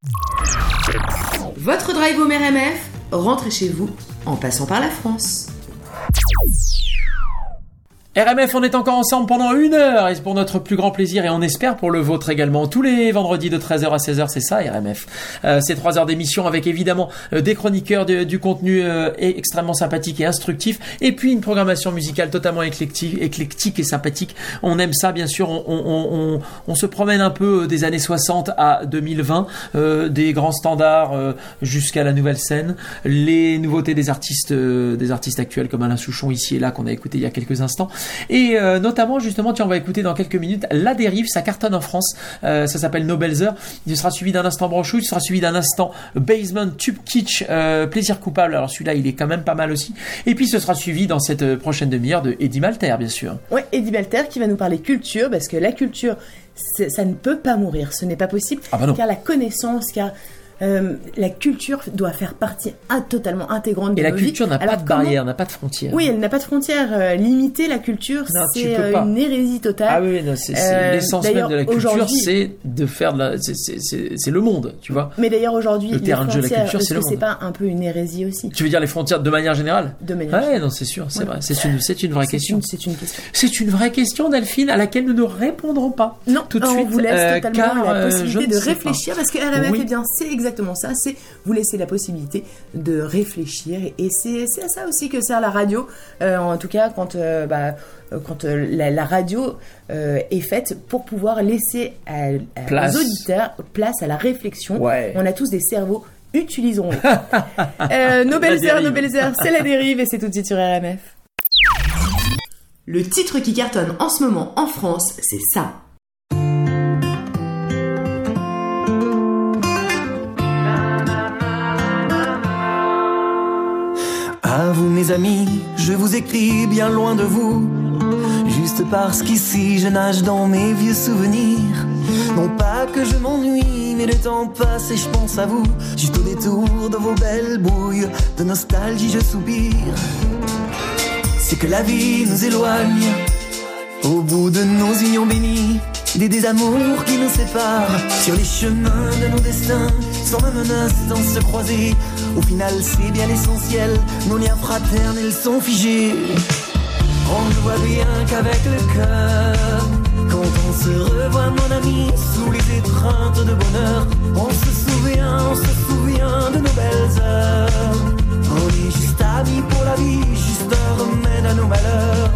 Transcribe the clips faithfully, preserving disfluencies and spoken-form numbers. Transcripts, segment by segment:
Votre Drive Home R M F, rentrez chez vous en passant par la France. R M F, on est encore ensemble pendant une heure et c'est pour notre plus grand plaisir et on espère pour le vôtre également. Tous les vendredis de treize heures à seize heures, c'est ça R M F. Euh, c'est trois heures d'émission avec évidemment euh, des chroniqueurs, de, du contenu euh, extrêmement sympathique et instructif et puis une programmation musicale totalement éclectique, éclectique et sympathique. On aime ça bien sûr, on, on, on, on se promène un peu des années soixante à deux mille vingt, euh, des grands standards euh, jusqu'à la nouvelle scène, les nouveautés des artistes, euh, des artistes actuels comme Alain Souchon ici et là qu'on a écouté il y a quelques instants. Et euh, notamment justement, tiens, on va écouter dans quelques minutes La Dérive, ça cartonne en France, euh, ça s'appelle Nos Belles Heures. Il sera suivi d'un instant branchouille, il sera suivi d'un instant Basement, Tube Kitsch, euh, Plaisir Coupable. Alors celui-là, il est quand même pas mal aussi. Et puis ce sera suivi dans cette prochaine demi-heure de Eddie Malter, bien sûr. Ouais, Eddie Malter qui va nous parler culture, parce que la culture, ça ne peut pas mourir, ce n'est pas possible, ah bah non. car la connaissance, car Euh, la culture doit faire partie in- totalement intégrante de Et la nos vies. culture n'a Alors, pas de comment... barrière, n'a pas de frontières. Oui, elle n'a pas de frontières. Euh, limiter la culture, Non, tu c'est peux euh, pas. une hérésie totale. Ah oui, non, c'est, c'est Euh, l'essence même d'ailleurs, de la culture, aujourd'hui- c'est de faire de la, c'est, c'est, c'est, c'est le monde, tu vois. Mais d'ailleurs, aujourd'hui, Le les terrain de jeu de la frontières, culture, est-ce c'est que le c'est monde. pas un peu une hérésie aussi Tu veux dire les frontières de manière générale? De manière Ouais, générale. non, c'est sûr, c'est Ouais. vrai. C'est une, c'est une vraie C'est question. une- C'est une question. C'est une vraie question, Delphine, à laquelle nous ne répondrons pas. Non, tout de on suite, vous laisse euh, totalement car, la euh, possibilité je ne de sais réfléchir, parce que R M F, Oui. eh bien, c'est exactement ça, c'est vous laisser la possibilité de réfléchir, et c'est, c'est à ça aussi que sert la radio, euh, en tout cas quand, euh, bah, euh, quand euh, la, la radio euh, est faite pour pouvoir laisser à, à Place. aux auditeurs place à la réflexion. Ouais. On a tous des cerveaux, utilisons-les. euh, nos La belles heures, dérive. nos belles heures, c'est La Dérive, et c'est tout de suite sur R M F. Le titre qui cartonne en ce moment en France, c'est ça. À vous mes amis, je vous écris bien loin de vous, juste parce qu'ici je nage dans mes vieux souvenirs. Non pas que je m'ennuie, mais le temps passe et je pense à vous, juste au détour de vos belles bouilles, de nostalgie je soupire. C'est que la vie nous éloigne, au bout de nos unions bénies, des désamours qui nous séparent, sur les chemins de nos destins, sans même un instant se croiser. Au final c'est bien l'essentiel, nos liens fraternels sont figés. On ne voit bien qu'avec le cœur, quand on se revoit mon ami, sous les étreintes de bonheur, on se souvient, on se souvient de nos belles heures. On est juste amis pour la vie, juste un remède à nos malheurs.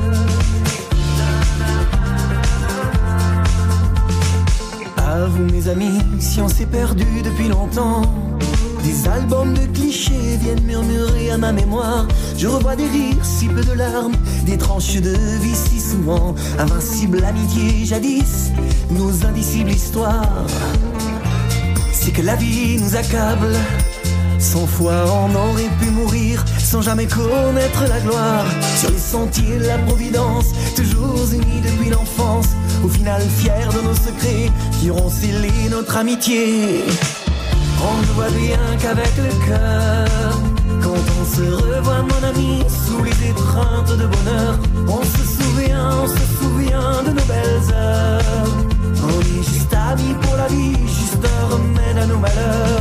À vous mes amis, si on s'est perdu depuis longtemps, des albums de clichés viennent murmurer à ma mémoire. Je revois des rires, si peu de larmes, des tranches de vie si souvent. Invincible amitié jadis, nos indicibles histoires. C'est que la vie nous accable, sans foi on aurait pu mourir, sans jamais connaître la gloire. Sur les sentiers de la providence, toujours unis depuis l'enfance, au final fiers de nos secrets qui auront scellé notre amitié. On ne voit bien qu'avec le cœur, quand on se revoit mon ami, sous les étreintes de bonheur, on se souvient, on se souvient de nos belles heures. On est juste amis pour la vie, juste un remède à nos malheurs.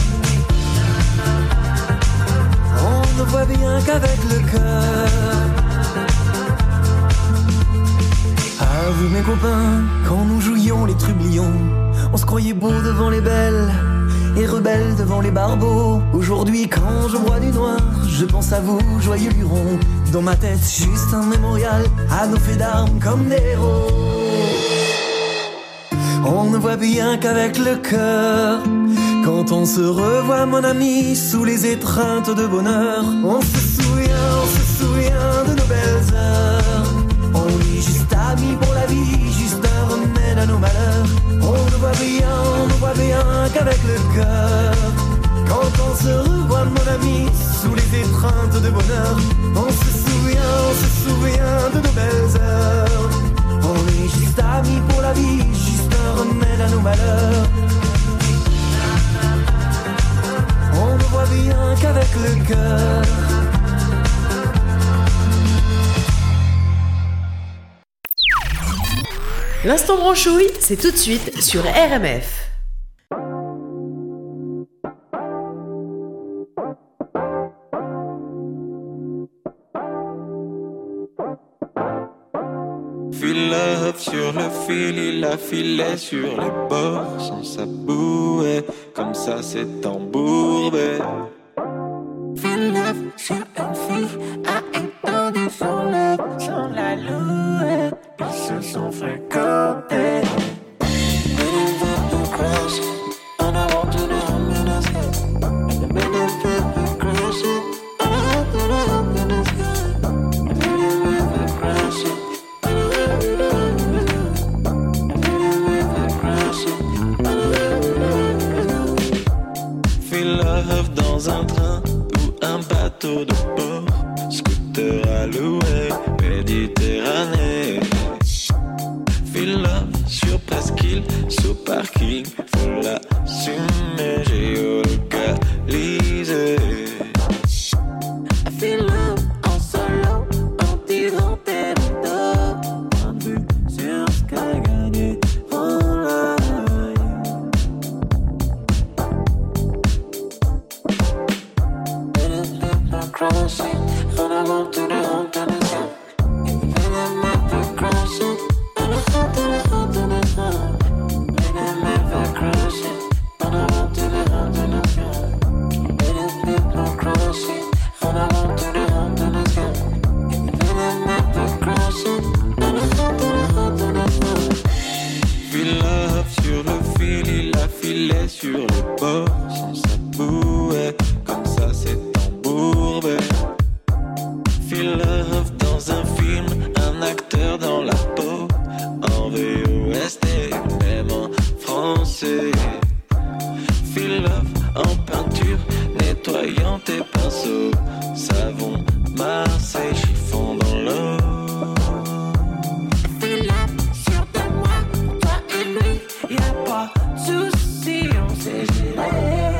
On ne voit bien qu'avec le cœur. À vous mes copains, quand nous jouions les trublions, on se croyait beau devant les belles et rebelle devant les barbeaux. Aujourd'hui quand je bois du noir, je pense à vous, joyeux lurons. Dans ma tête juste un mémorial à nos faits d'armes comme des héros. On ne voit bien qu'avec le cœur, quand on se revoit mon ami, sous les étreintes de bonheur, on se souvient, on se souvient de nos belles heures. On est juste amis pour la vie, juste un remède à nos malheurs. On ne voit bien, on ne voit bien qu'avec le cœur, quand on se revoit mon ami, sous les étreintes de bonheur, on se souvient, on se souvient de nos belles heures. On est juste amis pour la vie, juste un remède à nos malheurs. On ne voit bien qu'avec le cœur. L'instant branchouille, c'est tout de suite sur R M F. Feel love sur le fil, il la filait sur les bords sans sa bouée, comme ça c'est embourbé. Feel love sur une fille a étendu son love sans la louer, ils se sont fréquentés. Dans un train ou un bateau de port, scooter à louer, Méditerranée. Feel love sur presqu'île, sous parking, faut l'assumer, géolocalisé. Feel love en solo, en tirant tes rideaux, point de vue sur ce qu'a gagné en live. Crossing, and I want to the home to the sun. And I might be crossing, and I want to the home to the sun. And I might be crossing, and I want to the home to the sun. And I might be crossing, and I want to the home to the sun. And I might be crossing, and I want to the home to the sun. Feel love sur le fil, il la filait sur les bords sans sa bouée, comme ça c'est embourbé. Feel love dans un film, un acteur dans la peau, en V O S T, même en français. Feel love en peinture, nettoyant tes pinceaux, savon, Marseille, chiffon dans l'eau. Feel love sur deux mois, toi et lui, y'a pas de soucis, on s'est géré.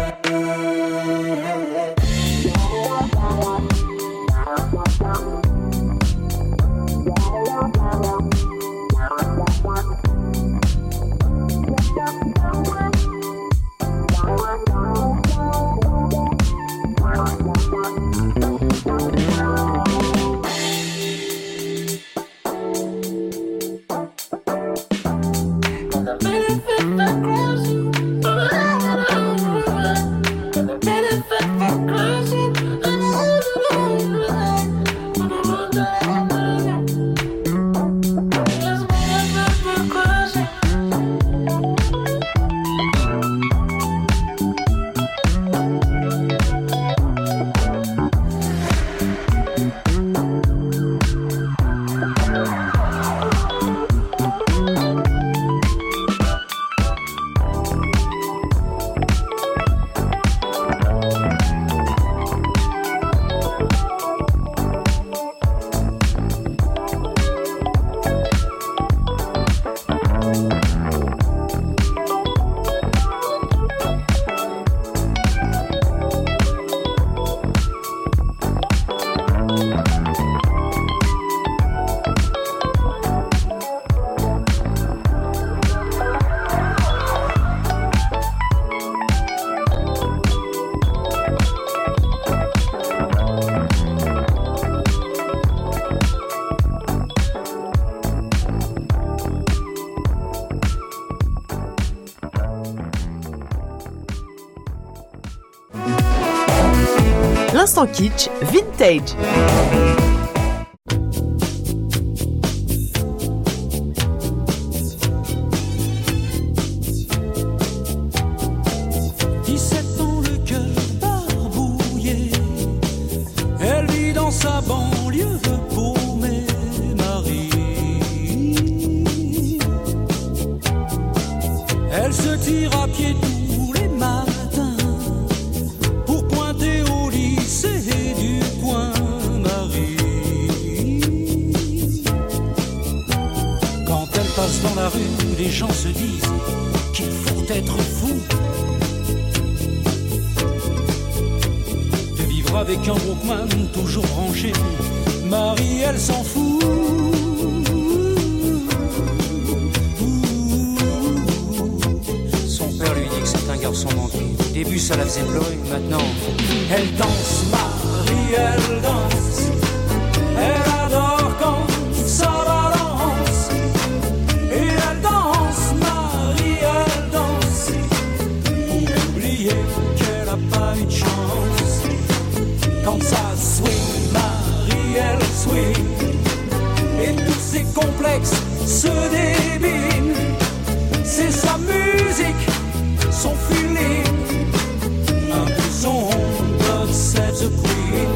L'instant kitsch vintage. dix-sept ans, le cœur barbouillé, elle vit dans sa banlieue paumée, Marie. Elle se tire à pied tous les matins pour pointer au lycée du coin, Marie. Quand elle passe dans la rue, les gens se disent qu'il faut être fou de vivre avec un Walkman toujours branché. Marie, elle s'en fout. Son père lui dit que c'est un garçon manqué. Au début, ça la faisait pleurer. Maintenant, elle danse, Marie, elle danse. Elle adore quand ça balance. Quand ça swing, Marie elle swing, et tous ses complexes se débinent. C'est sa musique, son feeling, un peu son God save the Queen.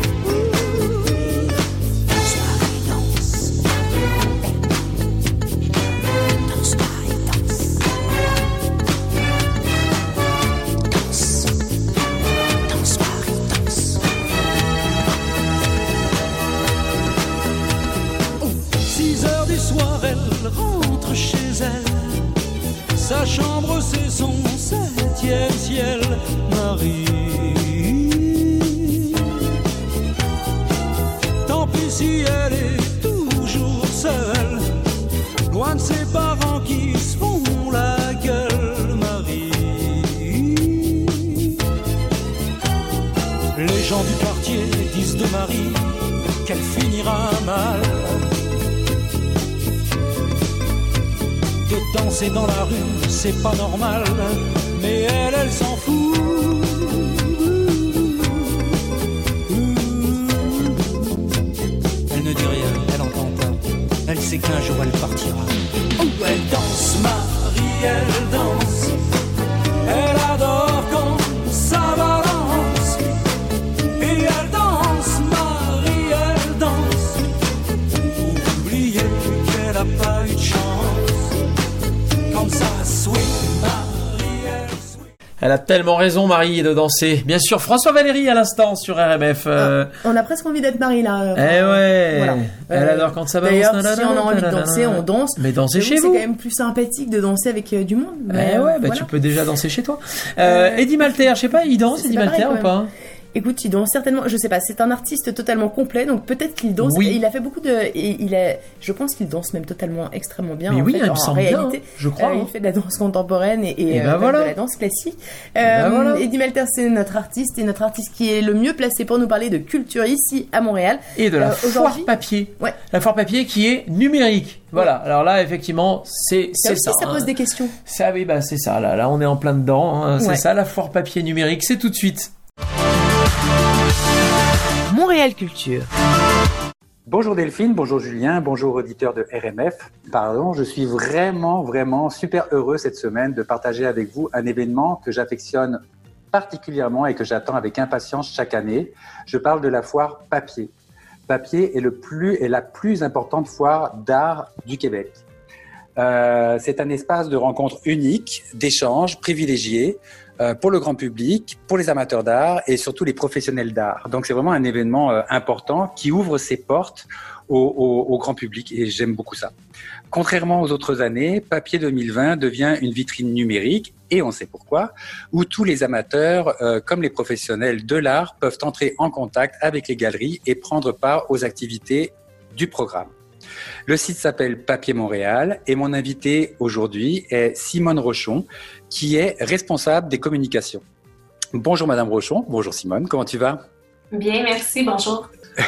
Elle rentre chez elle, sa chambre c'est son septième ciel. Marie, tant pis si elle est toujours seule, loin de ses parents qui se font la gueule. Marie, les gens du quartier disent de Marie qu'elle finira mal. De danser dans la rue, c'est pas normal, mais elle, elle s'en fout. Elle ne dit rien, elle entend pas. Elle sait qu'un jour elle partira. Oh, elle danse, Marie, elle danse. Elle adore quand ça balance. Et elle danse, Marie, elle danse. Pour oublier qu'elle a pas eu de chance. Elle a tellement raison, Marie, de danser. Bien sûr, François Valéry à l'instant sur R M F. Euh... Ah, on a presque envie d'être Marie là. Eh ouais. Voilà. Elle euh, adore quand ça balance. D'ailleurs, si on a envie de danser, on danse. Mais dansez chez vous. C'est quand même plus sympathique de danser avec euh, du monde. Mais eh ouais, bah voilà. tu peux déjà danser chez toi. Euh, euh, Eddie Malter, je sais pas, il danse, Eddie Malter ou pas? Écoute, il danse certainement, je sais pas, c'est un artiste totalement complet, donc peut-être qu'il danse. Oui. Il a fait beaucoup de, il a, je pense qu'il danse même totalement extrêmement bien. Mais en oui, fait, il me en semble réalité, bien, je crois. Euh, il fait de la danse contemporaine et, et, et euh, bah voilà. de la danse classique. Et Euh, bah voilà. Eddie Malter, c'est notre artiste et notre artiste qui est le mieux placé pour nous parler de culture ici à Montréal. Et de la euh, foire papier. Ouais. La foire papier qui est numérique. Voilà. Ouais. Alors là, effectivement, c'est c'est ça. Ça pose hein. des questions. Ça, oui, bah c'est ça. Là, là, on est en plein dedans. Hein. C'est Ouais. ça, la foire papier numérique. C'est tout de suite. Montréal Culture. Bonjour Delphine, bonjour Julien, bonjour auditeurs de R M F. Pardon, je suis vraiment, vraiment super heureux cette semaine de partager avec vous un événement que j'affectionne particulièrement et que j'attends avec impatience chaque année. Je parle de la foire Papier. Papier est, le plus, est la plus importante foire d'art du Québec. Euh, c'est un espace de rencontre unique, d'échange privilégié euh, pour le grand public, pour les amateurs d'art et surtout les professionnels d'art. Donc c'est vraiment un événement euh, important qui ouvre ses portes au, au, au grand public et j'aime beaucoup ça. Contrairement aux autres années, Papier deux mille vingt devient une vitrine numérique et on sait pourquoi, où tous les amateurs euh, comme les professionnels de l'art peuvent entrer en contact avec les galeries et prendre part aux activités du programme. Le site s'appelle Papier Montréal et mon invité aujourd'hui est Simone Rochon, qui est responsable des communications. Bonjour Madame Rochon, bonjour Simone, comment tu vas? Bien, merci, bonjour.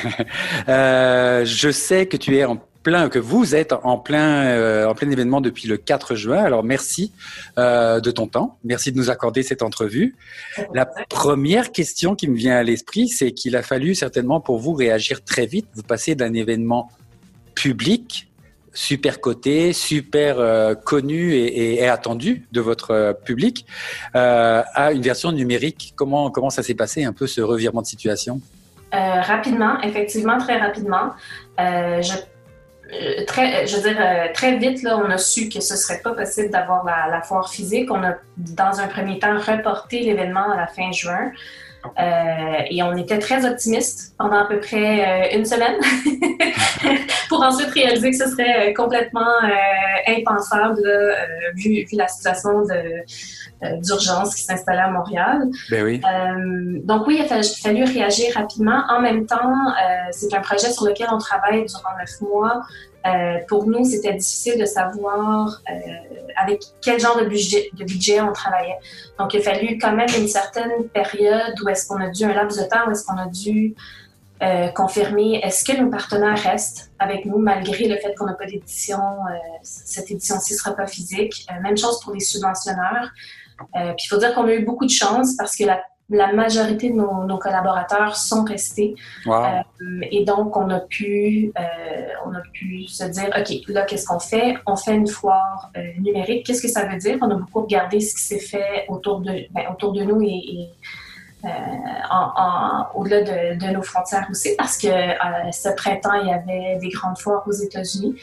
euh, je sais que tu es en plein, que vous êtes en plein, euh, en plein événement depuis le quatre juin, alors merci euh, de ton temps, merci de nous accorder cette entrevue. La première question qui me vient à l'esprit, c'est qu'il a fallu certainement pour vous réagir très vite, vous passez d'un événement public, super coté, super euh, connu et, et, et attendu de votre euh, public, euh, à une version numérique. Comment, comment ça s'est passé un peu ce revirement de situation? Euh, rapidement, effectivement, très rapidement. Euh, je, euh, très, je veux dire, euh, très vite, là, on a su que ce ne serait pas possible d'avoir la, la foire physique. On a, dans un premier temps, reporté l'événement à la fin juin. Euh, et on était très optimistes pendant à peu près euh, une semaine pour ensuite réaliser que ce serait euh, complètement euh, impensable là, euh, vu, vu la situation de, euh, d'urgence qui s'installait à Montréal. Ben oui. Euh, donc oui, il a fallu, fallu réagir rapidement. En même temps, euh, c'est un projet sur lequel on travaille durant neuf mois. Euh, pour nous, c'était difficile de savoir euh, avec quel genre de budget, de budget on travaillait. Donc, il a fallu quand même une certaine période où est-ce qu'on a dû, un laps de temps, où est-ce qu'on a dû euh, confirmer est-ce que nos partenaires restent avec nous malgré le fait qu'on n'a pas d'édition. Euh, cette édition-ci ne sera pas physique. Euh, même chose pour les subventionneurs. Euh, puis il faut dire qu'on a eu beaucoup de chance parce que la la majorité de nos, nos collaborateurs sont restés. Wow. Euh, et donc, on a pu, euh, on a pu se dire, OK, là, qu'est-ce qu'on fait? On fait une foire euh, numérique. Qu'est-ce que ça veut dire? On a beaucoup regardé ce qui s'est fait autour de, ben, autour de nous et, et euh, en, en, au-delà de, de nos frontières aussi, parce que euh, ce printemps, il y avait des grandes foires aux États-Unis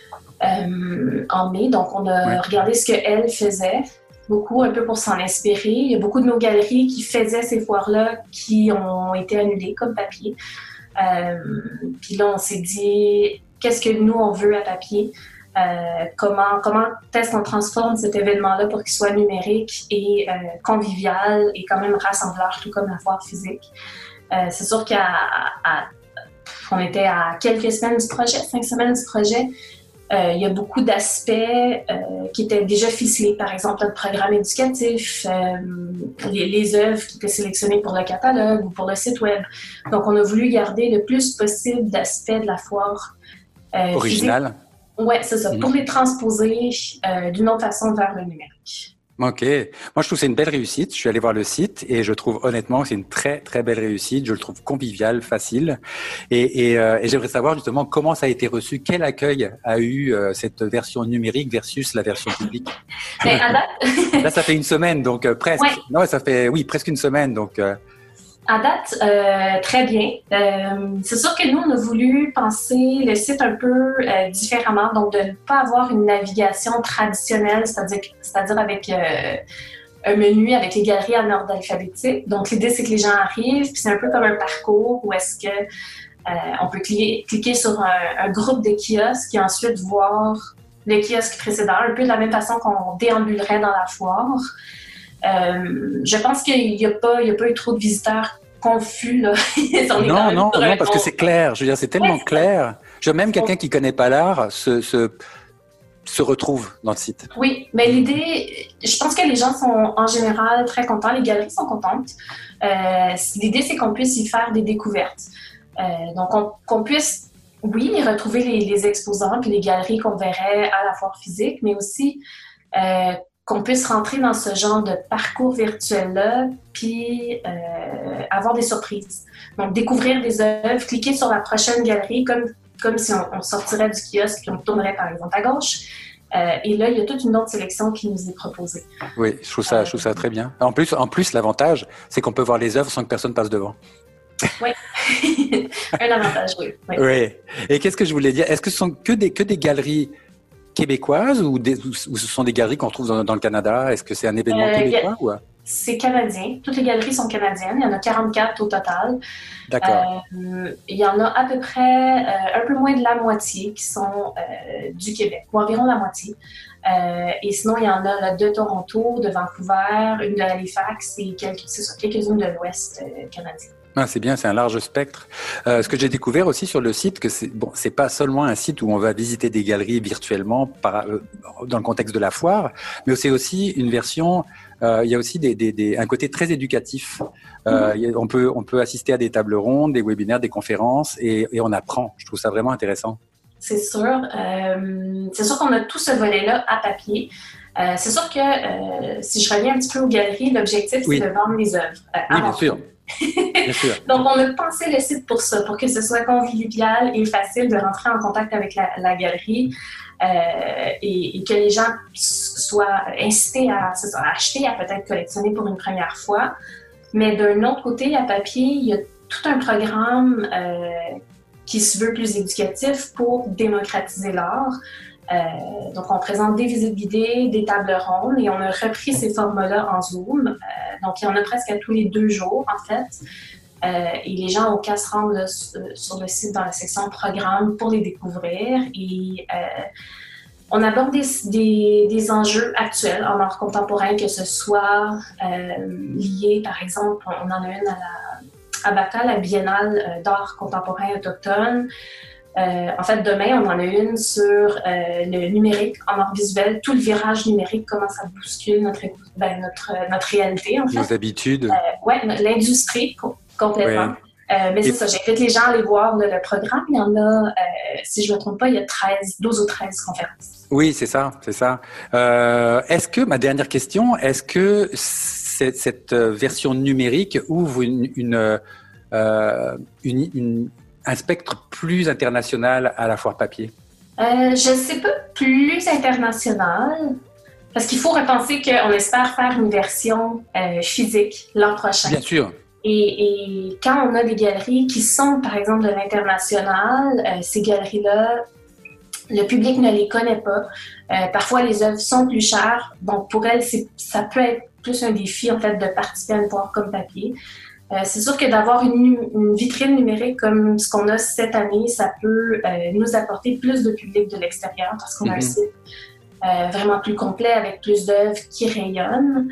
euh, en mai. Donc, on a ouais. regardé ce qu'elle faisait. Beaucoup, un peu pour s'en inspirer. Il y a beaucoup de nos galeries qui faisaient ces foires-là qui ont été annulées comme papier. Euh, puis là, on s'est dit, qu'est-ce que nous, on veut à papier? Euh, comment, comment est-ce qu'on transforme cet événement-là pour qu'il soit numérique et euh, convivial et quand même rassembleur, tout comme la foire physique? Euh, c'est sûr qu'on était à quelques semaines du projet, cinq semaines du projet. Euh, il y a beaucoup d'aspects euh, qui étaient déjà ficelés. Par exemple, notre programme éducatif, euh, les, les œuvres qui étaient sélectionnées pour le catalogue ou pour le site web. Donc, on a voulu garder le plus possible d'aspects de la foire euh, originale. Oui, c'est ça, mmh. pour les transposer euh, d'une autre façon vers le numérique. Ok. Moi, je trouve que c'est une belle réussite. Je suis allé voir le site et je trouve honnêtement que c'est une très, très belle réussite. Je le trouve convivial, facile. Et, et, euh, et j'aimerais savoir justement comment ça a été reçu, quel accueil a eu euh, cette version numérique versus la version publique. Mais à date... Là, ça fait une semaine, donc euh, presque. Ouais. Non, ça fait, oui, presque une semaine, donc... Euh... À date, euh, très bien. Euh, c'est sûr que nous, on a voulu penser le site un peu euh, différemment, donc de ne pas avoir une navigation traditionnelle, c'est-à-dire, c'est-à-dire avec euh, un menu avec les galeries en ordre alphabétique. Donc, l'idée, c'est que les gens arrivent, puis c'est un peu comme un parcours où est-ce que euh, on peut cliquer, cliquer sur un, un groupe de kiosques et ensuite voir le kiosque précédent, un peu de la même façon qu'on déambulerait dans la foire. Euh, je pense qu'il n'y a pas, il y a pas eu trop de visiteurs confus, là. non, non, non, parce que c'est clair. Je veux dire, c'est tellement ouais, clair. Je veux même quelqu'un qui ne connaît pas l'art se, se, se retrouve dans le site. Oui, mais l'idée, je pense que les gens sont en général très contents. Les galeries sont contentes. Euh, l'idée, c'est qu'on puisse y faire des découvertes. Euh, donc, on, qu'on puisse, oui, retrouver les, les exposants puis les galeries qu'on verrait à la foire physique, mais aussi euh, qu'on puisse rentrer dans ce genre de parcours virtuel-là, puis euh, avoir des surprises. Donc, découvrir des œuvres, cliquer sur la prochaine galerie, comme, comme si on, on sortirait du kiosque et on tournerait, par exemple, à gauche. Euh, et là, il y a toute une autre sélection qui nous est proposée. Oui, je trouve ça, euh, je trouve ça très bien. En plus, en plus, l'avantage, c'est qu'on peut voir les œuvres sans que personne passe devant. Oui, un avantage, oui. oui. Oui. Et qu'est-ce que je voulais dire? Est-ce que ce sont que des, que des galeries québécoises ou, des, ou ce sont des galeries qu'on trouve dans, dans le Canada? Est-ce que c'est un événement euh, québécois a, ou... C'est canadien. Toutes les galeries sont canadiennes. Il y en a quarante-quatre au total. D'accord. Euh, il y en a à peu près euh, un peu moins de la moitié qui sont euh, du Québec, ou environ la moitié. Euh, et sinon, il y en a là, de Toronto, de Vancouver, une de Halifax et quelques, c'est ça, quelques-unes de l'Ouest euh, canadien. Ah, c'est bien, c'est un large spectre. Euh, ce que j'ai découvert aussi sur le site, que c'est bon, c'est pas seulement un site où on va visiter des galeries virtuellement par, euh, dans le contexte de la foire, mais c'est aussi une version. Euh, il y a aussi des, des, des, un côté très éducatif. Euh, mm-hmm. On peut on peut assister à des tables rondes, des webinaires, des conférences, et, et on apprend. Je trouve ça vraiment intéressant. C'est sûr. Euh, c'est sûr qu'on a tout ce volet-là à papier. Euh, c'est sûr que euh, si je reviens un petit peu aux galeries, l'objectif oui. c'est de vendre les œuvres. Euh, oui, bien sûr. Bien sûr. Donc, on a pensé le site pour ça, pour que ce soit convivial et facile de rentrer en contact avec la, la galerie euh, et, et que les gens soient incités à, ça, à acheter, à peut-être collectionner pour une première fois. Mais d'un autre côté, à papier, il y a tout un programme euh, qui se veut plus éducatif pour démocratiser l'art. Euh, donc, on présente des visites guidées, des tables rondes et on a repris ces formats-là en Zoom. Euh, donc, il y en a presque à tous les deux jours, en fait. Euh, et les gens ont qu'à se rendre là, sur le site dans la section programme pour les découvrir. Et euh, on aborde des, des, des enjeux actuels en art contemporain, que ce soit euh, lié, par exemple, on en a une à la à Bata, la Biennale d'art contemporain autochtone. Euh, en fait, demain, on en a une sur euh, le numérique en art visuel, tout le virage numérique, comment ça bouscule notre, ben, notre, notre réalité, en fait. Nos habitudes. Euh, oui, l'industrie, co- complètement. Ouais. Euh, mais c'est Et... ça, j'invite les gens à aller voir le, le programme. Il y en a, euh, si je ne me trompe pas, il y a treize, douze ou treize conférences. Oui, c'est ça, c'est ça. Euh, est-ce que, ma dernière question, est-ce que cette, cette version numérique ouvre une, une, euh, une, une, un spectre plus international à la foire papier? Euh, je ne sais pas, plus international, parce qu'il faut repenser qu'on espère faire une version euh, physique l'an prochain. Bien sûr. Et, et quand on a des galeries qui sont, par exemple, de l'international, euh, ces galeries-là, le public ne les connaît pas. Euh, parfois, les œuvres sont plus chères. Donc, pour elles, c'est, ça peut être plus un défi, en fait, de participer à une foire comme papier. Euh, c'est sûr que d'avoir une, une vitrine numérique comme ce qu'on a cette année, ça peut euh, nous apporter plus de public de l'extérieur parce qu'on mm-hmm. a un site euh, vraiment plus complet avec plus d'œuvres qui rayonnent.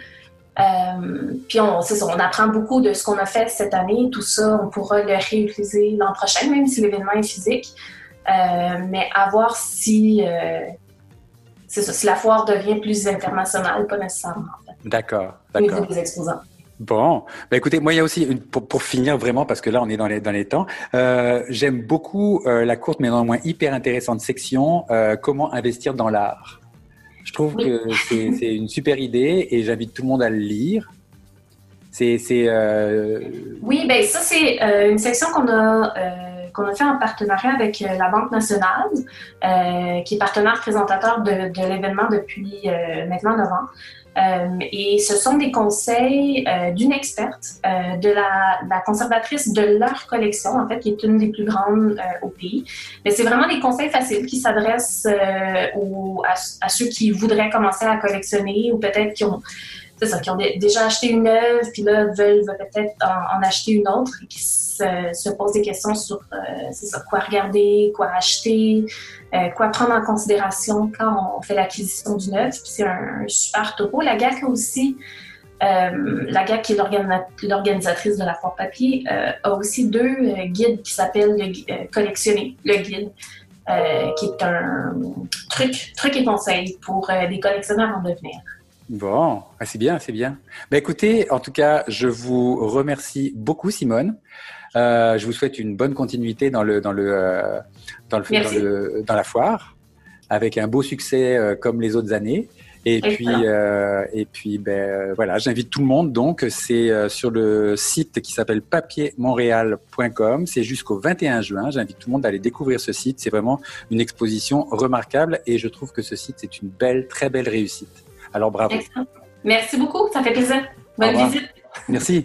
Euh, puis on, c'est ça, on apprend beaucoup de ce qu'on a fait cette année. Tout ça, on pourra le réutiliser l'an prochain, même si l'événement est physique. Euh, mais à voir si, euh, c'est ça, si la foire devient plus internationale, pas nécessairement. En fait. D'accord, d'accord. Des exposants. Bon, bah écoutez, moi il y a aussi, une, pour, pour finir vraiment, parce que là on est dans les, dans les temps, euh, j'aime beaucoup euh, la courte mais néanmoins hyper intéressante section euh, « Comment investir dans l'art ». Je trouve oui. que c'est, c'est une super idée et j'invite tout le monde à le lire. C'est, c'est, euh... Oui, ben ça c'est euh, une section qu'on a, euh, qu'on a fait en partenariat avec euh, la Banque nationale, euh, qui est partenaire présentateur de, de l'événement depuis euh, maintenant neuf ans. Euh, et ce sont des conseils euh, d'une experte, euh, de la, la conservatrice de leur collection, en fait, qui est une des plus grandes euh, au pays. Mais c'est vraiment des conseils faciles qui s'adressent euh, aux, à, à ceux qui voudraient commencer à collectionner ou peut-être qui ont, c'est ça, qui ont d- déjà acheté une œuvre puis là veulent, veulent peut-être en, en acheter une autre et qui se, se posent des questions sur euh, c'est ça, quoi regarder, quoi acheter, euh, quoi prendre en considération quand on fait l'acquisition d'une œuvre. Puis c'est un, un super topo. La G A C aussi, euh, la G A C qui est l'organa- l'organisatrice de la foire papier, euh, a aussi deux euh, guides qui s'appellent le, euh, Collectionner, le guide, euh, qui est un truc, truc et conseil pour euh, des collectionneurs en devenir. Bon, ah, c'est bien, c'est bien. Ben écoutez, en tout cas, je vous remercie beaucoup, Simone. Euh, je vous souhaite une bonne continuité dans le dans le euh, dans le, dans, le dans la foire, avec un beau succès euh, comme les autres années. Et, et puis euh, et puis ben voilà, j'invite tout le monde. Donc c'est euh, sur le site qui s'appelle papier montréal point com. C'est jusqu'au vingt et un juin. J'invite tout le monde à aller découvrir ce site. C'est vraiment une exposition remarquable et je trouve que ce site c'est une belle, très belle réussite. Alors, bravo. Excellent. Merci beaucoup, ça fait plaisir. Bonne visite. Merci.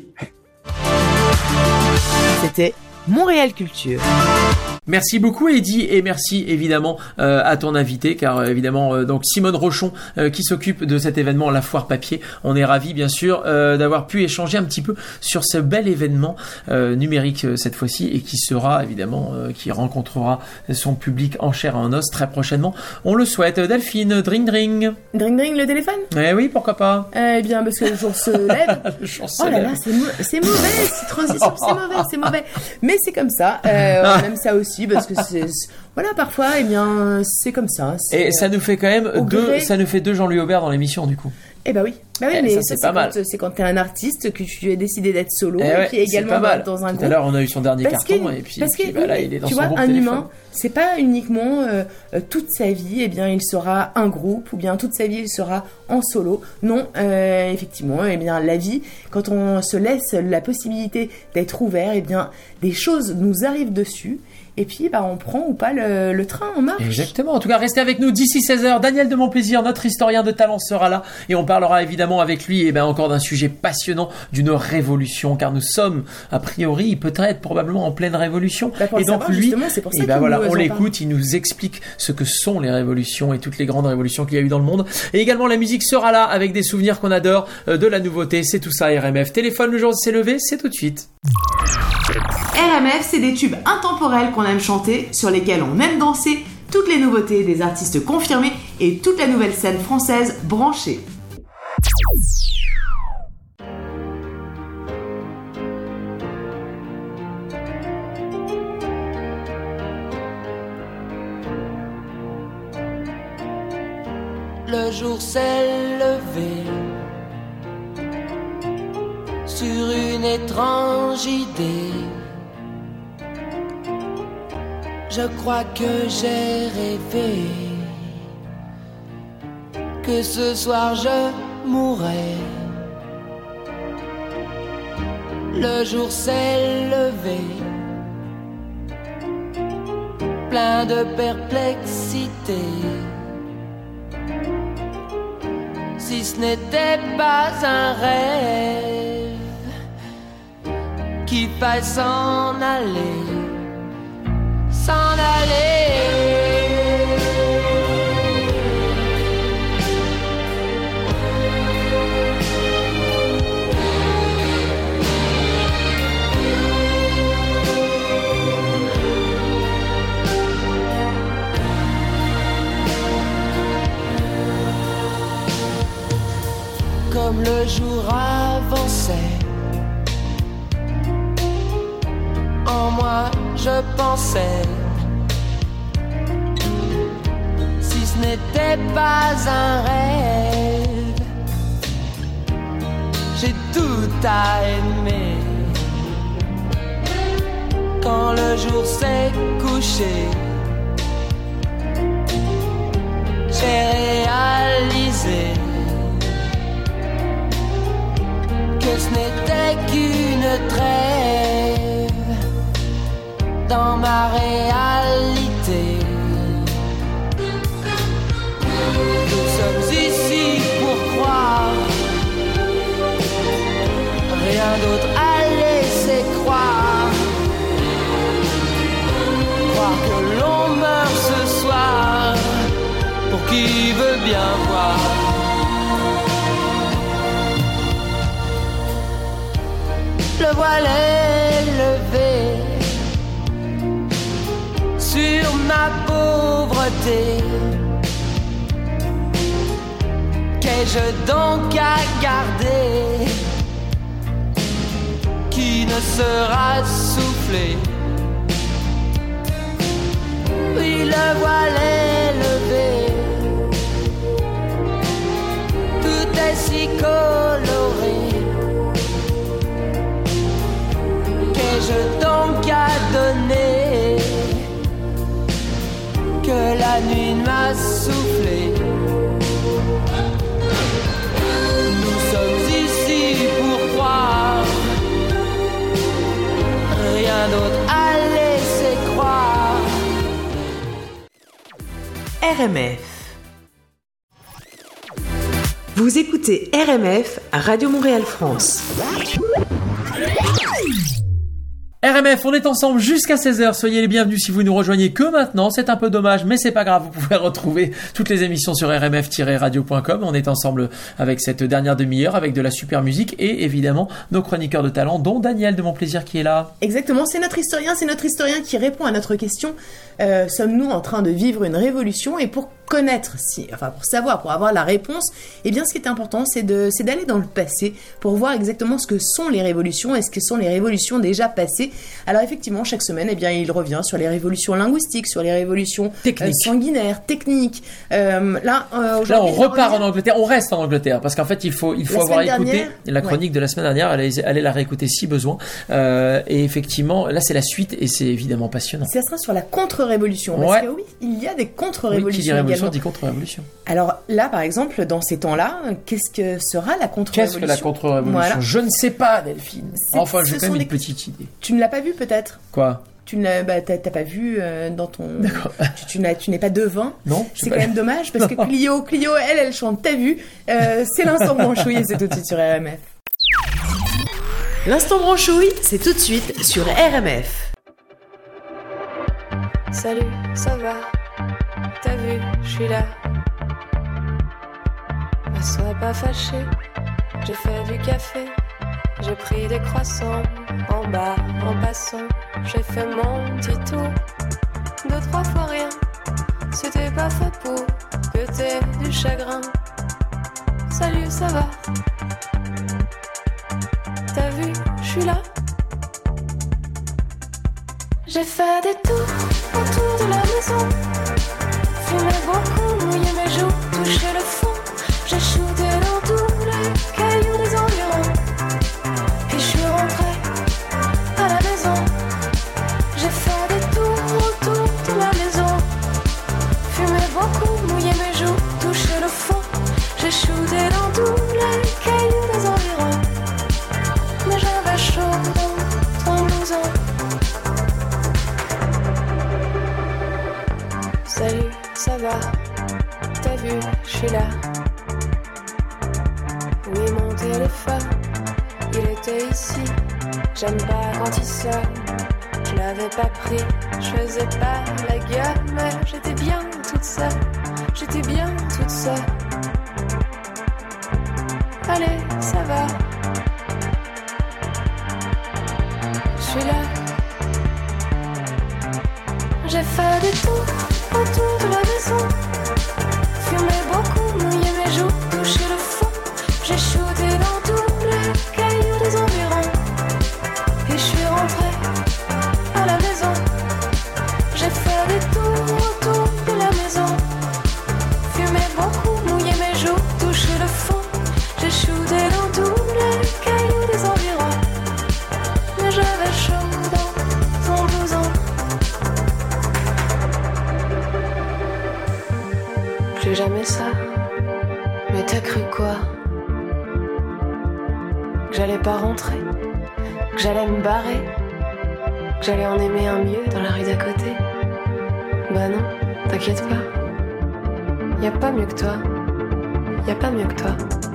C'était Montréal Culture. Merci beaucoup Eddy et merci évidemment euh, à ton invité car euh, évidemment euh, donc Simone Rochon euh, qui s'occupe de cet événement la foire papier. On est ravis bien sûr euh, d'avoir pu échanger un petit peu sur ce bel événement euh, numérique euh, cette fois-ci et qui sera évidemment euh, qui rencontrera son public en chair et en os très prochainement. On le souhaite. Delphine, dring dring. Dring dring le téléphone. Eh oui, pourquoi pas. Eh bien parce que le jour se lève. le jour se oh là lève. là, c'est, mo- c'est mauvais, cette transition, c'est mauvais, c'est mauvais. Mais c'est comme ça. Euh, on aime ça aussi. Parce que c'est, c'est voilà parfois eh bien c'est comme ça c'est, et ça nous fait quand même deux gré... ça nous fait deux Jean-Louis Aubert dans l'émission du coup. Eh bah oui, bah oui eh, mais ça, ça, c'est, c'est, pas quand, mal. c'est quand t'es un artiste que tu as décidé d'être solo eh et ouais, puis également dans, dans un groupe. Tout à l'heure on a eu son dernier parce carton que, et puis, parce puis que, bah, là il est dans tu son vois, groupe un téléphone. humain c'est pas uniquement euh, euh, toute sa vie eh bien il sera un groupe ou bien toute sa vie il sera en solo. Non, euh, effectivement eh bien la vie quand on se laisse la possibilité d'être ouvert eh bien des choses nous arrivent dessus. Et puis, bah, on prend ou pas le, le train en marche. Exactement. En tout cas, restez avec nous d'ici seize heures. Daniel de Montplaisir, notre historien de talent, sera là. Et on parlera évidemment avec lui, et ben, encore d'un sujet passionnant, d'une révolution. Car nous sommes, a priori, peut-être, probablement en pleine révolution. Bah, et donc, savoir, lui, c'est pour ça et ben voilà, on parle. l'écoute, il nous explique ce que sont les révolutions et toutes les grandes révolutions qu'il y a eu dans le monde. Et également, la musique sera là avec des souvenirs qu'on adore, euh, de la nouveauté. C'est tout ça, R M F. Téléphone, le jour s'est levé, c'est tout de suite. R M F, c'est des tubes intemporels qu'on aime chanter, sur lesquels on aime danser, toutes les nouveautés des artistes confirmés et toute la nouvelle scène française branchée. Le jour s'est levé sur une étrange idée. Je crois que j'ai rêvé que ce soir je mourrais Le jour s'est levé, plein de perplexité. Si ce n'était pas un rêve, qu'il faille s'en aller, s'en aller. Comme le jour avançait, en moi je pensais, si ce n'était pas un rêve, j'ai tout à aimer. Quand le jour s'est couché, j'ai réalisé que ce n'était qu'une trêve dans ma réalité. Nous sommes ici pour croire, rien d'autre à laisser croire. Croire que l'on meurt ce soir, pour qui veut bien voir. Le voile est levé sur ma pauvreté. Qu'ai-je donc à garder qui ne sera soufflé? Oui, le voile est levé, tout est si coloré. Qu'ai-je donc à donner que la nuit m'a soufflé? Nous sommes ici pour croire, rien d'autre à laisser croire. R M F. Vous écoutez R M F à Radio Montréal France. R M F, on est ensemble jusqu'à seize heures. Soyez les bienvenus si vous nous rejoignez que maintenant. C'est un peu dommage, mais c'est pas grave. Vous pouvez retrouver toutes les émissions sur r m f tiret radio point com. On est ensemble avec cette dernière demi-heure, avec de la super musique et évidemment nos chroniqueurs de talent, dont Daniel de Mon Plaisir qui est là. Exactement, c'est notre historien, c'est notre historien qui répond à notre question. Euh, sommes-nous en train de vivre une révolution? Et pour connaître, si, enfin pour savoir, pour avoir la réponse, eh bien ce qui est important, c'est de, c'est d'aller dans le passé pour voir exactement ce que sont les révolutions et ce que sont les révolutions déjà passées. Alors effectivement, chaque semaine, eh bien il revient sur les révolutions linguistiques, sur les révolutions euh, sanguinaires, techniques. Euh, là, euh, là, on repart en Angleterre, on reste en Angleterre parce qu'en fait, il faut, il faut avoir écouté dernière, la chronique ouais. de la semaine dernière. Allez, allez la réécouter si besoin. Euh, et effectivement, là, c'est la suite et c'est évidemment passionnant. Ça sera sur la contre-révolution parce ouais. que oui, il y a des contre-révolutions oui, également. Dit contre-révolution. Alors là, par exemple, dans ces temps-là, qu'est-ce que sera la contre-révolution? Qu'est-ce que la contre-révolution? Voilà. Je ne sais pas, Delphine. C'est, enfin, j'ai quand même une des... petite idée. Tu ne l'as pas vu peut-être? Quoi? Tu ne l'as, bah, t'as, t'as pas vu euh, dans ton. D'accord. Tu, tu, n'as, tu n'es pas devin. Non. C'est quand même dommage parce non. que Clio, Clio, elle, elle chante. T'as vu? euh, C'est l'instant branchouille et c'est tout de suite sur R M F. L'instant branchouille, c'est tout de suite sur R M F. Salut, ça va? T'as vu, je suis là. Ne sois pas fâché, j'ai fait du café. J'ai pris des croissants en bas, en passant. J'ai fait mon petit tour, deux, trois fois rien. C'était pas fait pour que t'aies du chagrin. Salut, ça va? T'as vu, je suis là. J'ai fait des tours autour de la maison. Fumé beaucoup, mouillé mes joues, touché le fond. J'ai shooté dans tous les cailloux des environs. Puis je suis rentrée à la maison. J'ai fait des tours autour de la maison. Fumé beaucoup, mouillé mes joues, touché le fond. J'ai shooté dans tous les cailloux des environs. Mais j'avais chaud. Je suis là. Oui, mon téléphone, il était ici. J'aime pas quand il sonne. Je l'avais pas pris, je faisais pas la gueule, mais j'étais bien toute seule. J'étais bien toute seule. Allez, ça va. Je suis là. J'ai fait des tours autour de la maison. Fumé beaucoup, mouillé mes joues, touché le fond. J'ai shooté dans tous les cailloux des environs. Et je suis rentrée à la maison. J'ai fait des tours autour de la maison. Fumé beaucoup, mouillé mes joues, touché le fond. J'ai shooté dans tous les cailloux des environs. Mais j'avais chaud dans ton blouson. Plus jamais ça. Mais t'as cru quoi? Que j'allais pas rentrer? Que j'allais me barrer? Que j'allais en aimer un mieux dans la rue d'à côté? Bah non, t'inquiète pas. Y a pas mieux que toi. Y a pas mieux que toi.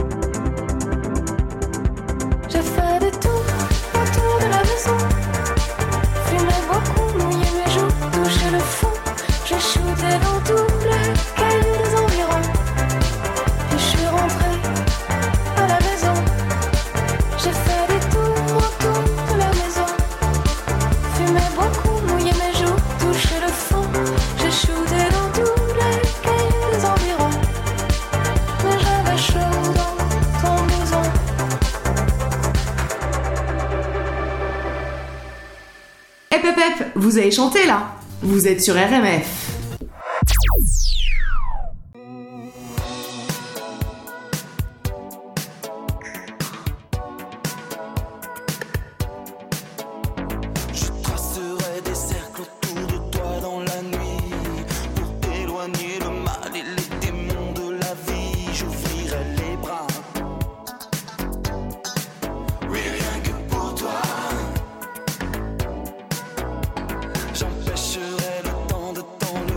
J'ai fait des tours autour de la maison. Fumé beaucoup, mouillé mes joues, touché le fond. J'ai shooté dans tous les cailloux des environs. Et je suis rentrée à la maison. J'ai fait des tours autour de la maison. Fumé beaucoup, mouillé mes joues, touché le fond. J'ai shooté dans tous les cailloux des environs. Mais j'avais chaud dans ton blouson. Hep hep hep, vous avez chanté là. Vous êtes sur R M F. Je tracerai des cercles autour de toi dans la nuit pour éloigner le mal et les démons de la vie. J'ouvrirai les bras. Oui, rien que pour toi. J'empêcherai le temps de t'enlever.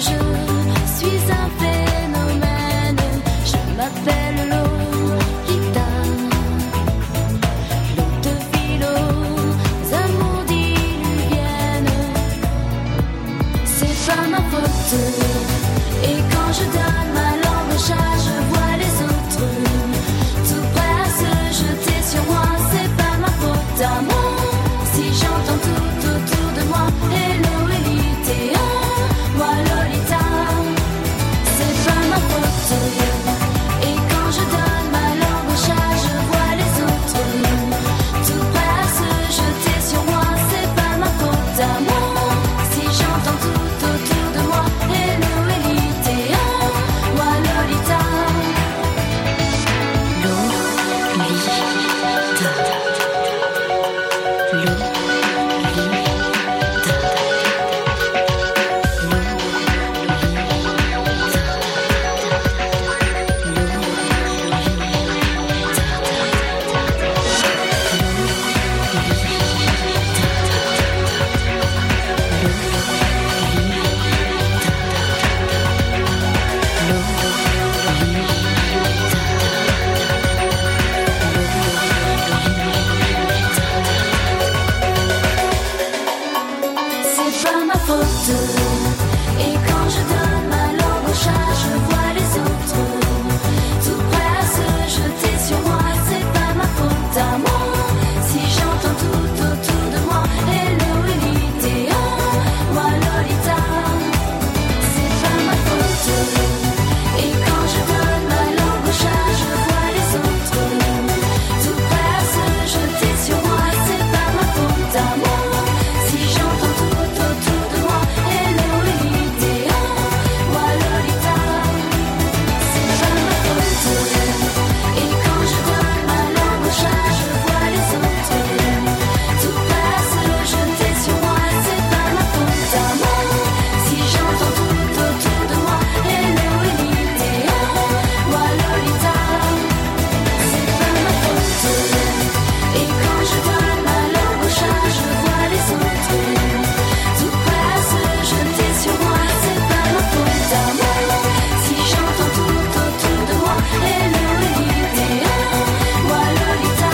je suis un phénomène. Je m'appelle Lolita. L'eau de philo, amours diluviennes. C'est pas ma faute. Et quand je donne ma langue au chat, je vois les autres tout prêts à se jeter sur moi. C'est pas ma faute à moi. Si j'entends tout autour de moi, hello Elite, moi Lolita, c'est pas ma faute. Et quand je donne ma langue au chat, je vois les autres tout prêts à se jeter sur moi. C'est pas ma faute à moi. Si j'entends tout autour de moi, hello Elite, moi Lolita, Lolita, Lolita. C'est pas ma faute. Et quand je donne ma langue au chat, je vois les autres tout prêts à se jeter sur moi. C'est pas ma faute à moi. Si j'entends tout autour de moi, hello Elite, moi Lolita, c'est pas ma faute. Et quand je donne ma langue au chat, je vois les autres tout prêts à se jeter sur moi. C'est pas ma faute à moi. Si j'entends tout autour de moi, hello Elite, moi Lolita, c'est pas ma faute. Et quand je donne ma langue au chat, je vois les autres tout prêts à se jeter sur moi. C'est pas ma faute à moi. Si j'entends tout autour de moi, hello Elite, moi Lolita, c'est pas ma faute. Et quand je donne ma langue au chat, je vois les autres tout prêts à se jeter sur moi. C'est pas ma faute à moi. Si j'entends tout autour de moi, hello Elite, moi Lolita.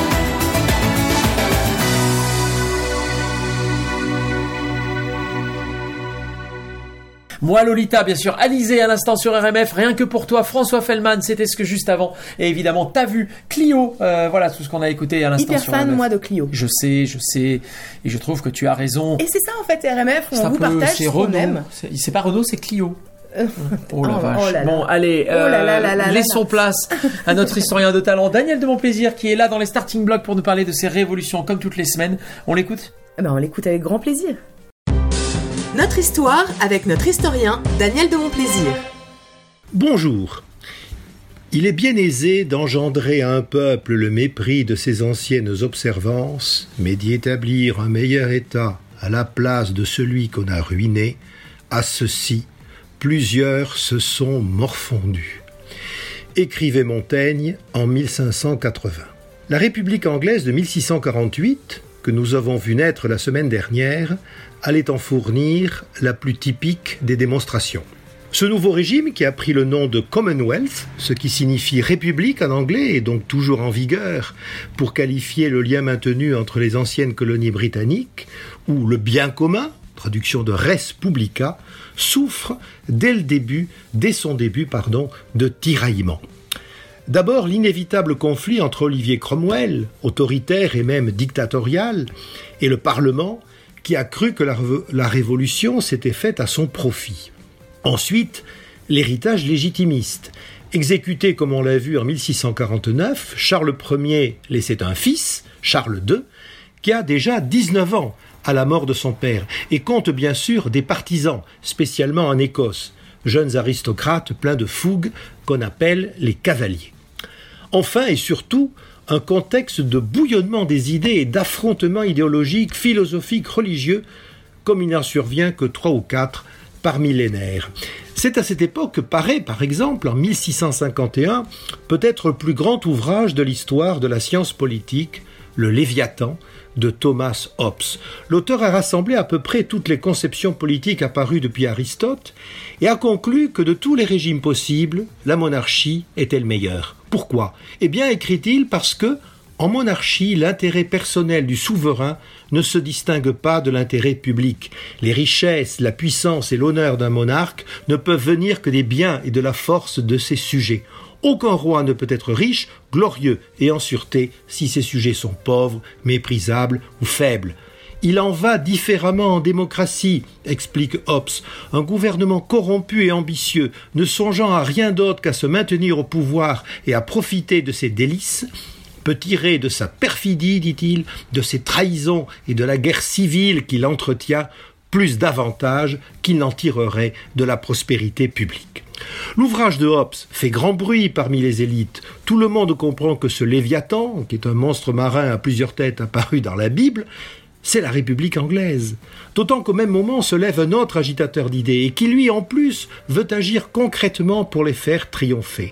Moi Lolita, bien sûr. Alizé à l'instant sur R M F. Rien que pour toi, François Fellman. C'était ce que juste avant. Et évidemment, t'as vu Clio. Euh, voilà tout ce qu'on a écouté à l'instant Hyper sur fan, R M F. moi, de Clio. Je sais, je sais. Et je trouve que tu as raison. Et c'est ça, en fait, R M F, C'est on un vous peu- partage c'est ce qu'on Renault. aime. C'est c'est pas Renault, c'est Clio. Euh, Oh la Oh, vache. oh là là. Bon, allez, Oh là là euh, là là là laissons là. place à notre historien de talent, Daniel de Montplaisir, qui est là dans les starting blocks pour nous parler de ses révolutions comme toutes les semaines. On l'écoute ? Eh ben, on l'écoute avec grand plaisir. Notre histoire avec notre historien Daniel de Montplaisir. Bonjour. Il est bien aisé d'engendrer à un peuple le mépris de ses anciennes observances, mais d'y établir un meilleur état à la place de celui qu'on a ruiné. À ceci, plusieurs se sont morfondus. Écrivait Montaigne en mille cinq cent quatre-vingts. La République anglaise de mille six cent quarante-huit, que nous avons vu naître la semaine dernière, allait en fournir la plus typique des démonstrations. Ce nouveau régime, qui a pris le nom de Commonwealth, ce qui signifie République en anglais et donc toujours en vigueur pour qualifier le lien maintenu entre les anciennes colonies britanniques, ou le bien commun, traduction de res publica, souffre dès le début, dès son début, pardon, de tiraillements. D'abord, l'inévitable conflit entre Olivier Cromwell, autoritaire et même dictatorial, et le Parlement, qui a cru que la, la révolution s'était faite à son profit. Ensuite, l'héritage légitimiste. Exécuté, comme on l'a vu, en mille six cent quarante-neuf, Charles Ier laissait un fils, Charles deux, qui a déjà dix-neuf ans à la mort de son père, et compte bien sûr des partisans, spécialement en Écosse, jeunes aristocrates pleins de fougue qu'on appelle les cavaliers. Enfin et surtout, un contexte de bouillonnement des idées et d'affrontements idéologiques, philosophiques, religieux, comme il n'en survient que trois ou quatre par millénaire. C'est à cette époque que paraît, par exemple, en mille six cent cinquante et un, peut-être le plus grand ouvrage de l'histoire de la science politique, le Léviathan, de Thomas Hobbes. L'auteur a rassemblé à peu près toutes les conceptions politiques apparues depuis Aristote et a conclu que de tous les régimes possibles, la monarchie était le meilleur. Pourquoi ? Eh bien, écrit-il, parce que, en monarchie, l'intérêt personnel du souverain ne se distingue pas de l'intérêt public. Les richesses, la puissance et l'honneur d'un monarque ne peuvent venir que des biens et de la force de ses sujets. Aucun roi ne peut être riche, glorieux et en sûreté si ses sujets sont pauvres, méprisables ou faibles. Il en va différemment en démocratie, explique Hobbes. Un gouvernement corrompu et ambitieux, ne songeant à rien d'autre qu'à se maintenir au pouvoir et à profiter de ses délices, peut tirer de sa perfidie, dit-il, de ses trahisons et de la guerre civile qu'il entretient, plus d'avantages qu'il n'en tirerait de la prospérité publique. L'ouvrage de Hobbes fait grand bruit parmi les élites. Tout le monde comprend que ce Léviathan, qui est un monstre marin à plusieurs têtes apparu dans la Bible, c'est la République anglaise. D'autant qu'au même moment se lève un autre agitateur d'idées et qui, lui, en plus, veut agir concrètement pour les faire triompher.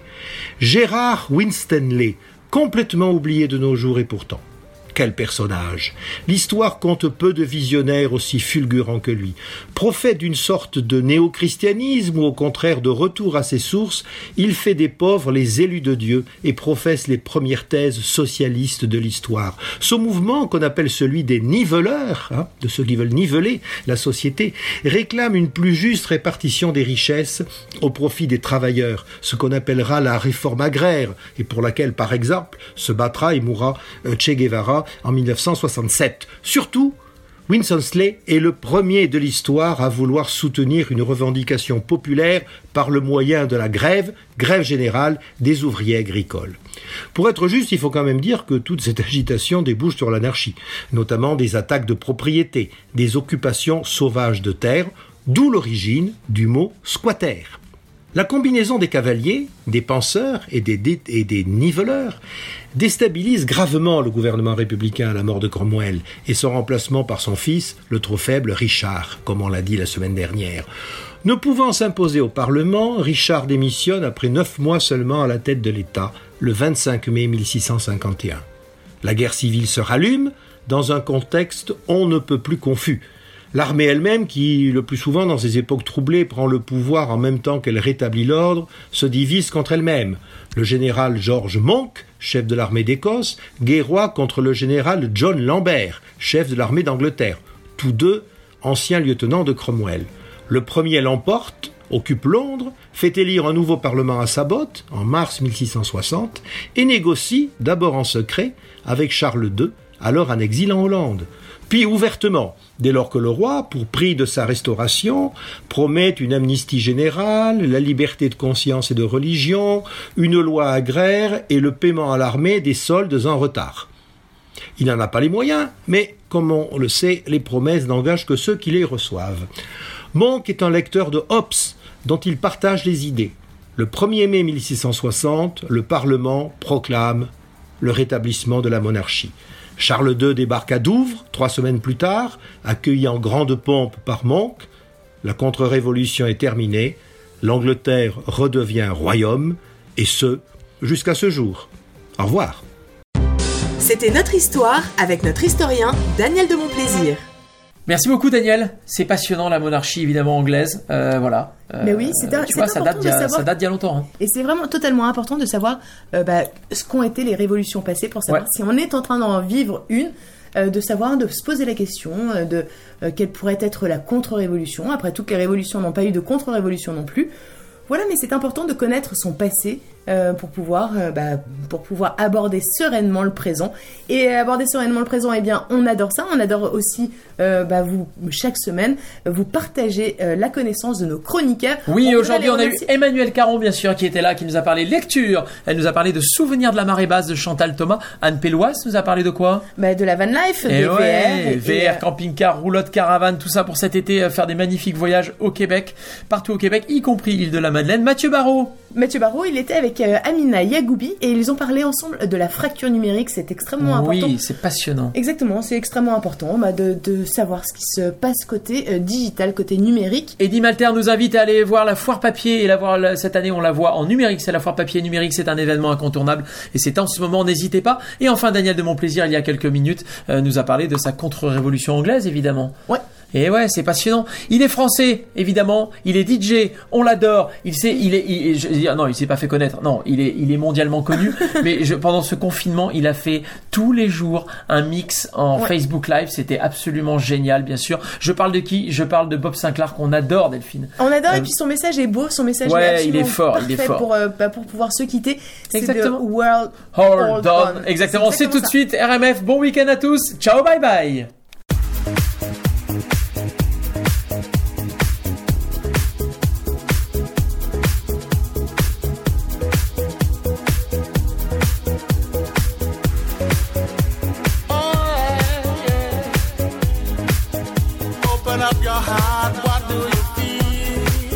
Gérard Winstanley, complètement oublié de nos jours et pourtant. Quel personnage! L'histoire compte peu de visionnaires aussi fulgurants que lui. Prophète d'une sorte de néo-christianisme ou au contraire de retour à ses sources, il fait des pauvres les élus de Dieu et professe les premières thèses socialistes de l'histoire. Ce mouvement, qu'on appelle celui des niveleurs, hein, de ceux qui veulent niveler la société, réclame une plus juste répartition des richesses au profit des travailleurs, ce qu'on appellera la réforme agraire, et pour laquelle, par exemple, se battra et mourra euh, Che Guevara en mille neuf cent soixante-sept. Surtout, Winstanley est le premier de l'histoire à vouloir soutenir une revendication populaire par le moyen de la grève, grève générale des ouvriers agricoles. Pour être juste, il faut quand même dire que toute cette agitation débouche sur l'anarchie, notamment des attaques de propriété, des occupations sauvages de terre, d'où l'origine du mot squatter. La combinaison des cavaliers, des penseurs et des, dé- et des niveleurs déstabilise gravement le gouvernement républicain à la mort de Cromwell et son remplacement par son fils, le trop faible Richard, comme on l'a dit la semaine dernière. Ne pouvant s'imposer au Parlement, Richard démissionne après neuf mois seulement à la tête de l'État, le vingt-cinq mai mille six cent cinquante et un. La guerre civile se rallume dans un contexte on ne peut plus confus. L'armée elle-même, qui, le plus souvent dans ces époques troublées, prend le pouvoir en même temps qu'elle rétablit l'ordre, se divise contre elle-même. Le général George Monk, chef de l'armée d'Écosse, guerroie contre le général John Lambert, chef de l'armée d'Angleterre, tous deux anciens lieutenants de Cromwell. Le premier l'emporte, occupe Londres, fait élire un nouveau parlement à sa botte, en mars mille six cent soixante, et négocie, d'abord en secret, avec Charles deux, alors en exil en Hollande. Puis ouvertement, dès lors que le roi, pour prix de sa restauration, promet une amnistie générale, la liberté de conscience et de religion, une loi agraire et le paiement à l'armée des soldes en retard. Il n'en a pas les moyens, mais, comme on le sait, les promesses n'engagent que ceux qui les reçoivent. Monk est un lecteur de Hobbes, dont il partage les idées. Le premier mai mille six cent soixante, le Parlement proclame le rétablissement de la monarchie. Charles deux débarque à Douvres, trois semaines plus tard, accueilli en grande pompe par Monk. La contre-révolution est terminée, l'Angleterre redevient royaume, et ce, jusqu'à ce jour. Au revoir. C'était notre histoire avec notre historien Daniel de Montplaisir. Merci beaucoup Daniel, c'est passionnant la monarchie évidemment anglaise, euh, voilà. Euh, Mais oui, c'est, un, tu c'est vois, ça important date de d'il y a, savoir. ça date d'il y a longtemps. Hein. Et c'est vraiment totalement important de savoir euh, bah, ce qu'ont été les révolutions passées pour savoir Ouais. si on est en train d'en vivre une, euh, de savoir, de se poser la question euh, de euh, quelle pourrait être la contre-révolution. Après, toutes les révolutions n'ont pas eu de contre-révolution non plus. Voilà, mais c'est important de connaître son passé euh, pour pouvoir, euh, bah, pour pouvoir aborder sereinement le présent. Et aborder sereinement le présent, eh bien, on adore ça. On adore aussi, euh, bah, vous chaque semaine, vous partager euh, la connaissance de nos chroniqueurs. Oui, On aujourd'hui on voudrait a les eu remercier. Emmanuel Caron bien sûr qui était là, qui nous a parlé lecture. Elle nous a parlé de Souvenirs de la marée basse de Chantal Thomas. Anne Pellouas nous a parlé de quoi? Bah, de la van life, des Et V R. ouais, et- V R, et, euh, camping-car, roulotte, caravane, tout ça pour cet été, euh, faire des magnifiques voyages au Québec, partout au Québec, y compris l'île de la Madeleine. Mathieu Barrault, Mathieu Barraud, il était avec euh, Amina Yagoubi et ils ont parlé ensemble de la fracture numérique. C'est extrêmement oui, important. Oui, c'est passionnant. Exactement, c'est extrêmement important bah, de, de savoir ce qui se passe côté euh, digital, côté numérique. Eddy Malter nous invite à aller voir la foire papier et la voir la, cette année on la voit en numérique. C'est la foire papier numérique, c'est un événement incontournable et c'est en ce moment, n'hésitez pas. Et enfin, Daniel de Montplaisir, il y a quelques minutes, euh, nous a parlé de sa contre-révolution anglaise, évidemment. Ouais. Et ouais, c'est passionnant. Il est français, évidemment. Il est D J. On l'adore. Il sait, il est, il, je, je, non, il s'est pas fait connaître. Non, il est, il est mondialement connu. mais je, pendant ce confinement, il a fait tous les jours un mix en ouais. Facebook Live. C'était absolument génial, bien sûr. Je parle de qui? Je parle de Bob Sinclair qu'on adore, Delphine. On adore euh, et puis son message est beau. Son message ouais, est absolument il est fort. parfait Il est fort. pour, euh, bah, pour pouvoir se quitter. C'est exactement. The World Hold on. Exactement. C'est, c'est tout ça. De suite. R M F. Bon week-end à tous. Ciao, bye bye. Up your heart, what do you feel?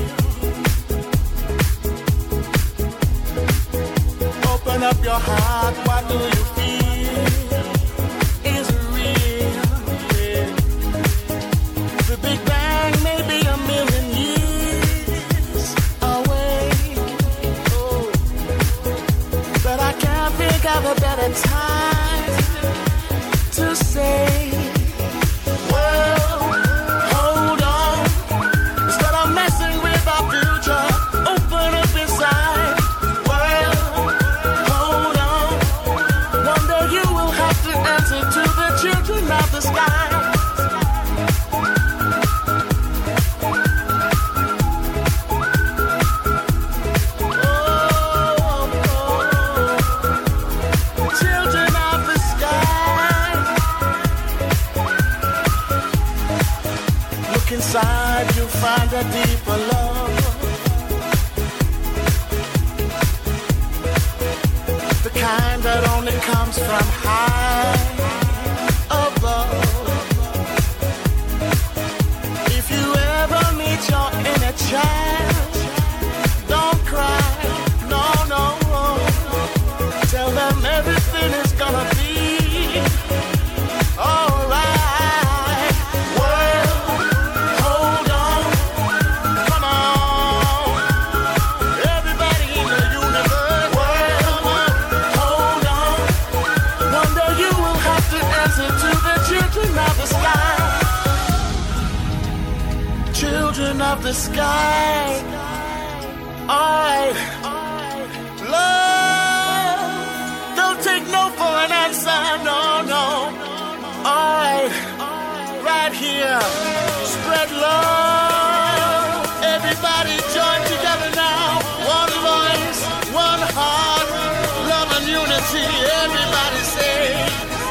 Open up your heart, what do you feel? Is it real? Yeah. The Big Bang may be a million years away. Oh. But I can't think of a better time to say, well, of the sky. Oh, oh, children of the sky. Look inside, you'll find a deeper love. The kind that only comes from high above. If you ever meet your inner child, don't cry, no, no. Tell them everything is gonna be alright. Well, hold on, come on. Everybody in the universe, well, hold on. One day you will have to answer to the children of the sky. Children of the sky. Alright. Love. Don't take no for an answer. No, no. Alright. Right here. Spread love. Everybody join together now. One voice, one heart. Love and unity. Everybody say.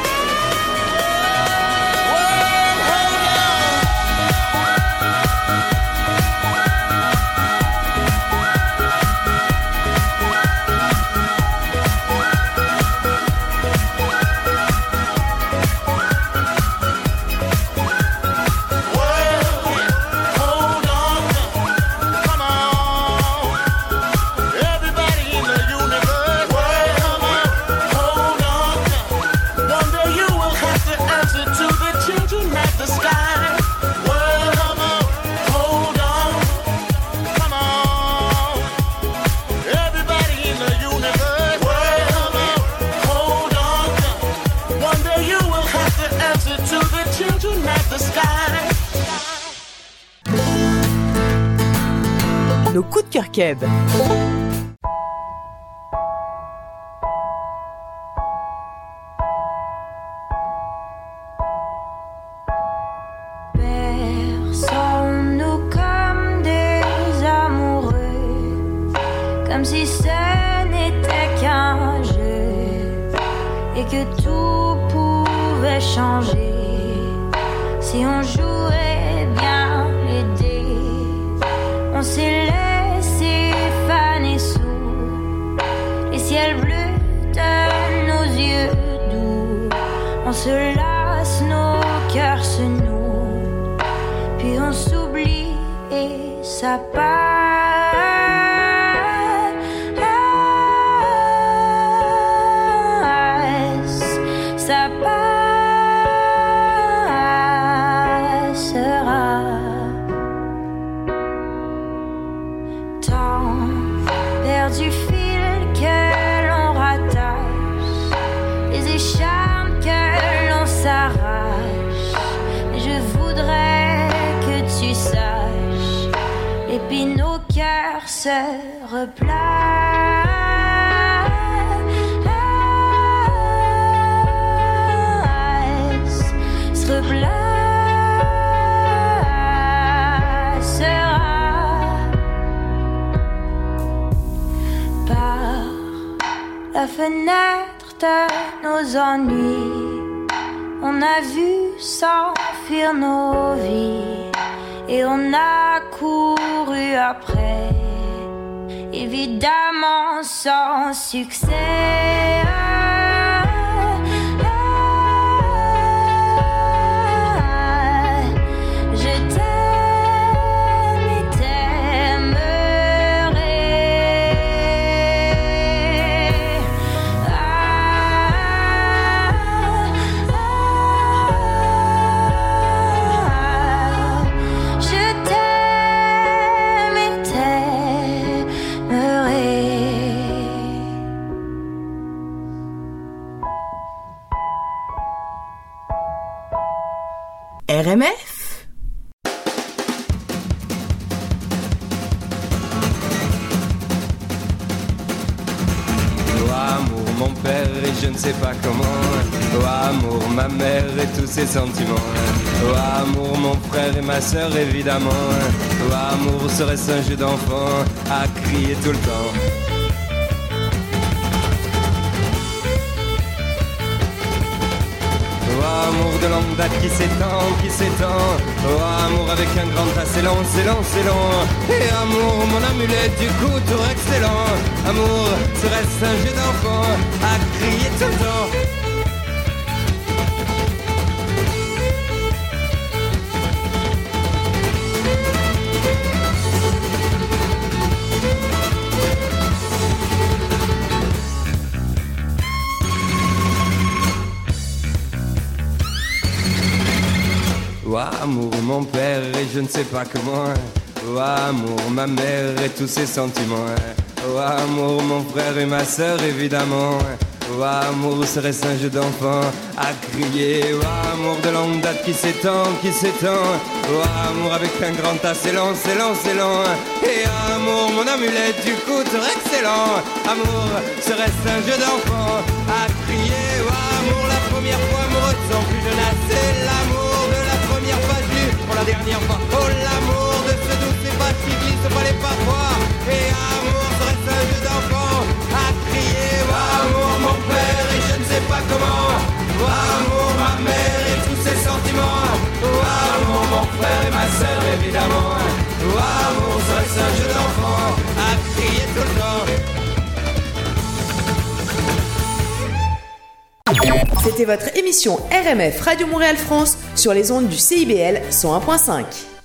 Nos coups de cœur Keb. Berçons-nous comme des amoureux, comme si ce n'était qu'un jeu et que tout pouvait changer si on jouait bien les dés. On s'est laissé faner sous les ciels bleus de nos yeux doux. On se lasse, nos cœurs se nouent, puis on s'oublie et ça part. et puis nos cœurs se replacent, se replacera par la fenêtre de nos ennuis. On a vu s'enfuir nos vies et on a couru après, évidemment sans succès. Je t'aime et t'aimerai. Je t'aime et t'aimerai. R M F. Oh amour mon père et je ne sais pas comment. Oh amour ma mère et tous ses sentiments. Oh amour mon frère et ma sœur évidemment. Oh amour serait-ce un jeu d'enfant à crier tout le temps. Oh amour de longue date qui s'étend, qui s'étend. Oh amour avec un grand tas, c'est long, c'est long, c'est long. Et amour, mon amulette du coup, tour excellent. Amour, serait-ce un jeu d'enfant à crier tout le temps. Oh amour mon père et je ne sais pas comment. Oh amour ma mère et tous ses sentiments. Oh amour mon frère et ma sœur évidemment. Oh amour serait-ce un jeu d'enfant à crier. Oh amour de longue date qui s'étend, qui s'étend. Oh amour avec un grand tas, c'est long, c'est long, c'est long. Et amour mon amulette du coup excellent. Amour serait-ce un jeu d'enfant à crier. Oh amour la première fois amoureux sans plus jeunesse. C'est l'amour de la première fois vue pour la dernière fois. Oh l'amour de ce doux c'est pas qui glisse pas les parfois. Et amour serait-ce un jeu d'enfant à crier. Oh amour mon père et je ne sais pas comment. Oh amour ma mère et tous ses sentiments. Oh amour mon frère et ma sœur évidemment. Oh amour serait-ce un jeu d'enfant à crier tout le temps. C'était votre émission R M F Radio Montréal France sur les ondes du C I B L cent un point cinq.